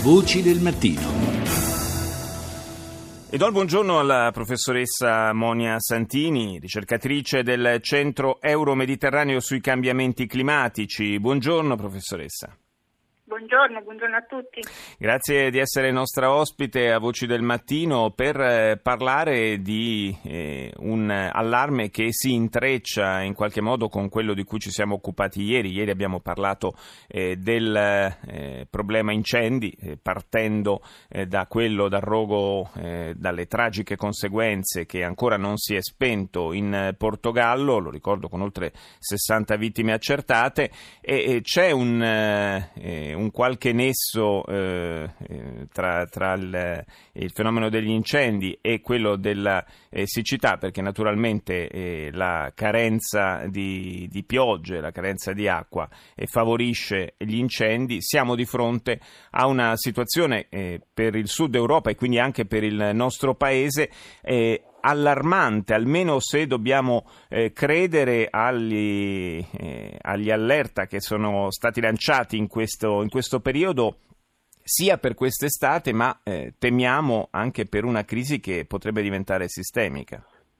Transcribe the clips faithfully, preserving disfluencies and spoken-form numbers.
Voci del mattino. E do il buongiorno alla professoressa Monia Santini, ricercatrice del Centro Euro-Mediterraneo sui cambiamenti climatici. Buongiorno professoressa. Buongiorno, buongiorno a tutti. Grazie di essere nostra ospite a Voci del Mattino per eh, parlare di eh, un allarme che si intreccia in qualche modo con quello di cui ci siamo occupati ieri. Ieri abbiamo parlato eh, del eh, problema incendi, eh, partendo eh, da quello, dal rogo, eh, dalle tragiche conseguenze che ancora non si è spento in Portogallo, lo ricordo, con oltre sessanta vittime accertate, e, e c'è un... Eh, un qualche nesso eh, tra, tra il, il fenomeno degli incendi e quello della eh, siccità, perché naturalmente eh, la carenza di, di piogge, la carenza di acqua eh, favorisce gli incendi. Siamo di fronte a una situazione eh, per il sud Europa e quindi anche per il nostro paese eh, allarmante, almeno se dobbiamo eh, credere agli, eh, agli allerta che sono stati lanciati in questo, in questo periodo, sia per quest'estate, ma eh, temiamo anche per una crisi che potrebbe diventare sistemica.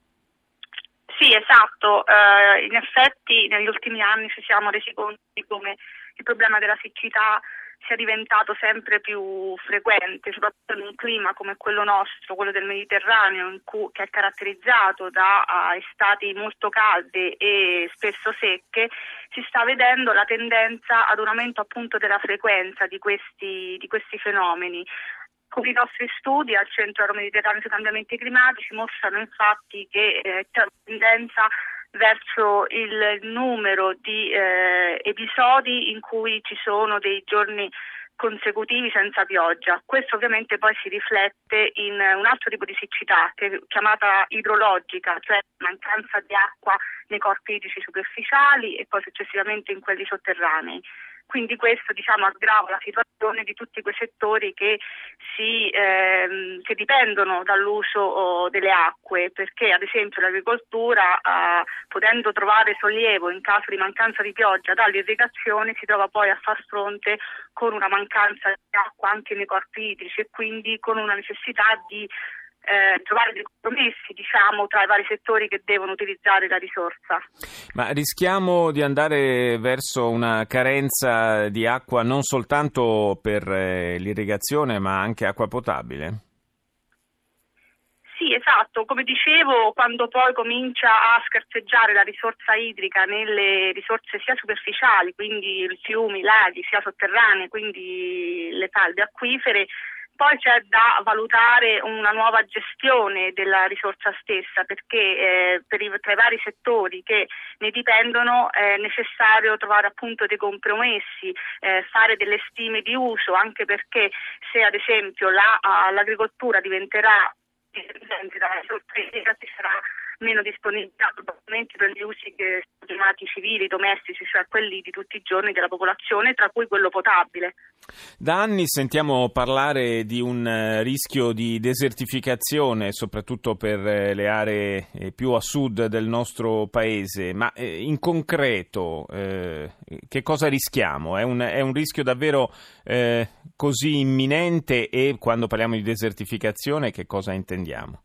Sì, esatto. Uh, in effetti negli ultimi anni ci siamo resi conto di come il problema della siccità sia diventato sempre più frequente, soprattutto in un clima come quello nostro, quello del Mediterraneo, in cui, che è caratterizzato da uh, estati molto calde e spesso secche. Si sta vedendo la tendenza ad un aumento appunto della frequenza di questi, di questi fenomeni. Con i nostri studi al Centro Euro-Mediterraneo sui cambiamenti climatici mostrano infatti che eh, c'è una tendenza verso il numero di eh, episodi in cui ci sono dei giorni consecutivi senza pioggia. Questo ovviamente poi si riflette in un altro tipo di siccità, che è chiamata idrologica, cioè mancanza di acqua nei corpi idrici superficiali e poi successivamente in quelli sotterranei. Quindi questo, diciamo, aggrava la situazione di tutti quei settori che si ehm, che dipendono dall'uso oh, delle acque, perché ad esempio l'agricoltura, eh, potendo trovare sollievo in caso di mancanza di pioggia dall'irrigazione, si trova poi a far fronte con una mancanza di acqua anche nei corpi idrici e quindi con una necessità di Eh, trovare dei compromessi, diciamo, tra i vari settori che devono utilizzare la risorsa. Ma rischiamo di andare verso una carenza di acqua non soltanto per eh, l'irrigazione, ma anche acqua potabile? Sì, esatto. Come dicevo, quando poi comincia a scarseggiare la risorsa idrica nelle risorse sia superficiali, quindi fiumi, laghi, sia sotterranee, quindi le falde acquifere, poi c'è da valutare una nuova gestione della risorsa stessa, perché eh, per i, tra i vari settori che ne dipendono è necessario trovare appunto dei compromessi, eh, fare delle stime di uso, anche perché se ad esempio la, uh, l'agricoltura diventerà dipendente dalla risorsa idrica ci sarà meno disponibilità probabilmente per gli usi che sono chiamati civili, domestici, cioè quelli di tutti i giorni della popolazione, tra cui quello potabile. Da anni sentiamo parlare di un rischio di desertificazione, soprattutto per le aree più a sud del nostro paese, ma in concreto eh, che cosa rischiamo? È un, è un rischio davvero eh, così imminente, e quando parliamo di desertificazione che cosa intendiamo?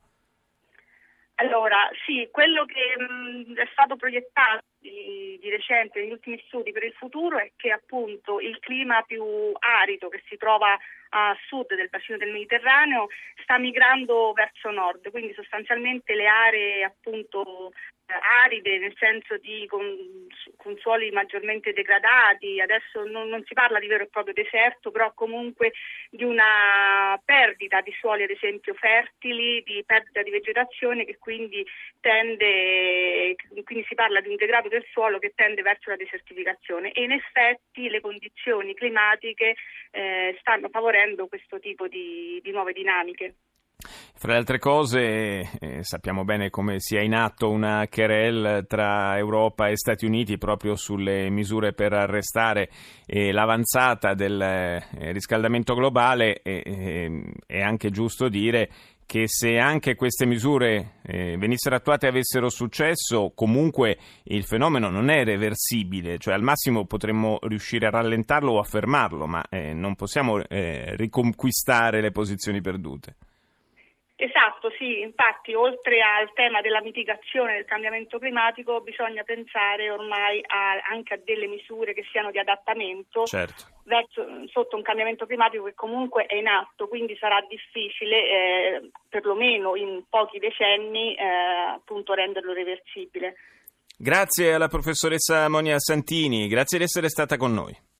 Allora, sì, quello che mh, è stato proiettato di, di recente negli ultimi studi per il futuro è che appunto il clima più arido che si trova a sud del bacino del Mediterraneo sta migrando verso nord, quindi sostanzialmente le aree appunto aride, nel senso di con, con suoli maggiormente degradati. Adesso non, non si parla di vero e proprio deserto, però comunque di una perdita di suoli ad esempio fertili, di perdita di vegetazione che quindi tende, quindi si parla di un degrado del suolo che tende verso la desertificazione, e in effetti le condizioni climatiche eh, stanno favorendo questo tipo di, di nuove dinamiche. Fra le altre cose eh, sappiamo bene come sia in atto una querelle tra Europa e Stati Uniti proprio sulle misure per arrestare eh, l'avanzata del eh, riscaldamento globale, e eh, è anche giusto dire che se anche queste misure eh, venissero attuate e avessero successo, comunque il fenomeno non è reversibile, cioè al massimo potremmo riuscire a rallentarlo o a fermarlo, ma eh, non possiamo eh, riconquistare le posizioni perdute. Esatto, sì, infatti oltre al tema della mitigazione del cambiamento climatico bisogna pensare ormai a, anche a delle misure che siano di adattamento certo. verso, sotto un cambiamento climatico che comunque è in atto, quindi sarà difficile eh, perlomeno in pochi decenni eh, appunto renderlo reversibile. Grazie alla professoressa Monia Santini, grazie di essere stata con noi.